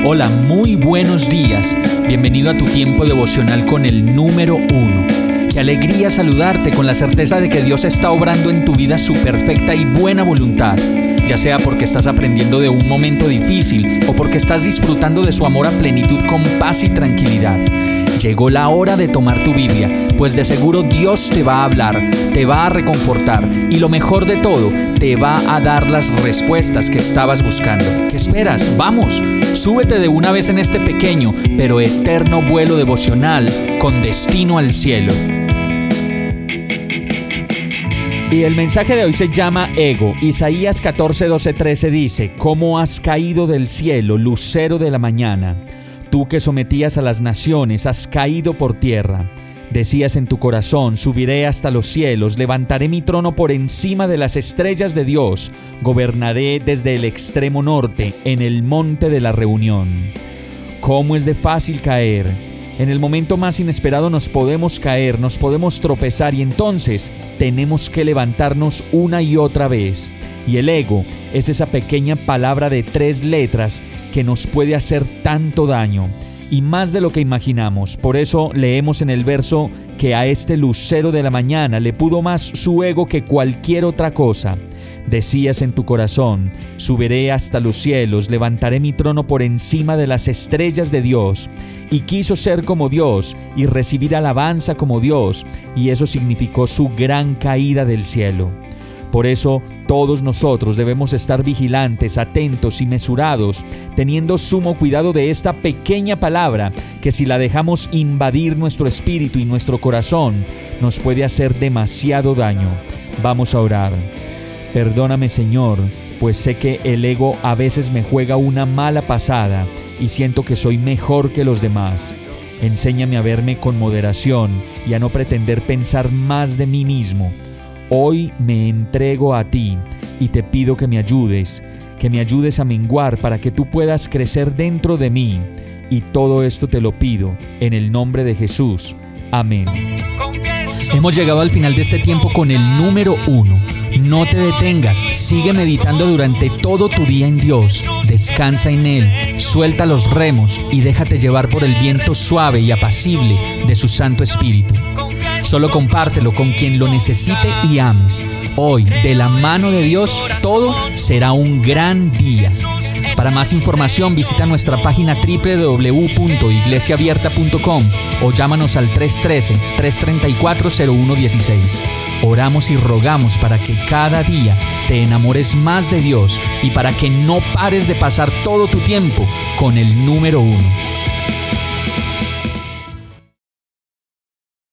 Hola, muy buenos días. Bienvenido a tu tiempo devocional con el número 1. Qué alegría saludarte con la certeza de que Dios está obrando en tu vida su perfecta y buena voluntad, ya sea porque estás aprendiendo de un momento difícil o porque estás disfrutando de su amor a plenitud con paz y tranquilidad. Llegó la hora de tomar tu Biblia, pues de seguro Dios te va a hablar, te va a reconfortar y lo mejor de todo, te va a dar las respuestas que estabas buscando. ¿Qué esperas? ¡Vamos! Súbete de una vez en este pequeño pero eterno vuelo devocional con destino al cielo. Y el mensaje de hoy se llama Ego. Isaías 14, 12, 13 dice: ¿Cómo has caído del cielo, lucero de la mañana? Tú que sometías a las naciones, has caído por tierra. Decías en tu corazón: subiré hasta los cielos, levantaré mi trono por encima de las estrellas de Dios, gobernaré desde el extremo norte, en el monte de la reunión. ¿Cómo es de fácil caer? En el momento más inesperado nos podemos caer, nos podemos tropezar y entonces tenemos que levantarnos una y otra vez. Y el ego es esa pequeña palabra de 3 letras que nos puede hacer tanto daño y más de lo que imaginamos. Por eso leemos en el verso que a este lucero de la mañana le pudo más su ego que cualquier otra cosa. Decías en tu corazón: subiré hasta los cielos, levantaré mi trono por encima de las estrellas de Dios. Y quiso ser como Dios y recibir alabanza como Dios, y eso significó su gran caída del cielo. Por eso todos nosotros debemos estar vigilantes, atentos y mesurados, teniendo sumo cuidado de esta pequeña palabra que, si la dejamos invadir nuestro espíritu y nuestro corazón, nos puede hacer demasiado daño. Vamos a orar. Perdóname, Señor, pues sé que el ego a veces me juega una mala pasada y siento que soy mejor que los demás. Enséñame a verme con moderación y a no pretender pensar más de mí mismo. Hoy me entrego a ti y te pido que me ayudes a menguar para que tú puedas crecer dentro de mí. Y todo esto te lo pido en el nombre de Jesús. Amén. Hemos llegado al final de este tiempo con el número 1. No te detengas, sigue meditando durante todo tu día en Dios. Descansa en Él, suelta los remos y déjate llevar por el viento suave y apacible de su Santo Espíritu. Solo compártelo con quien lo necesite y ames. Hoy, de la mano de Dios, todo será un gran día. Para más información, visita nuestra página www.iglesiaabierta.com o llámanos al 313-334-0116. Oramos y rogamos para que cada día te enamores más de Dios y para que no pares de pasar todo tu tiempo con el número 1.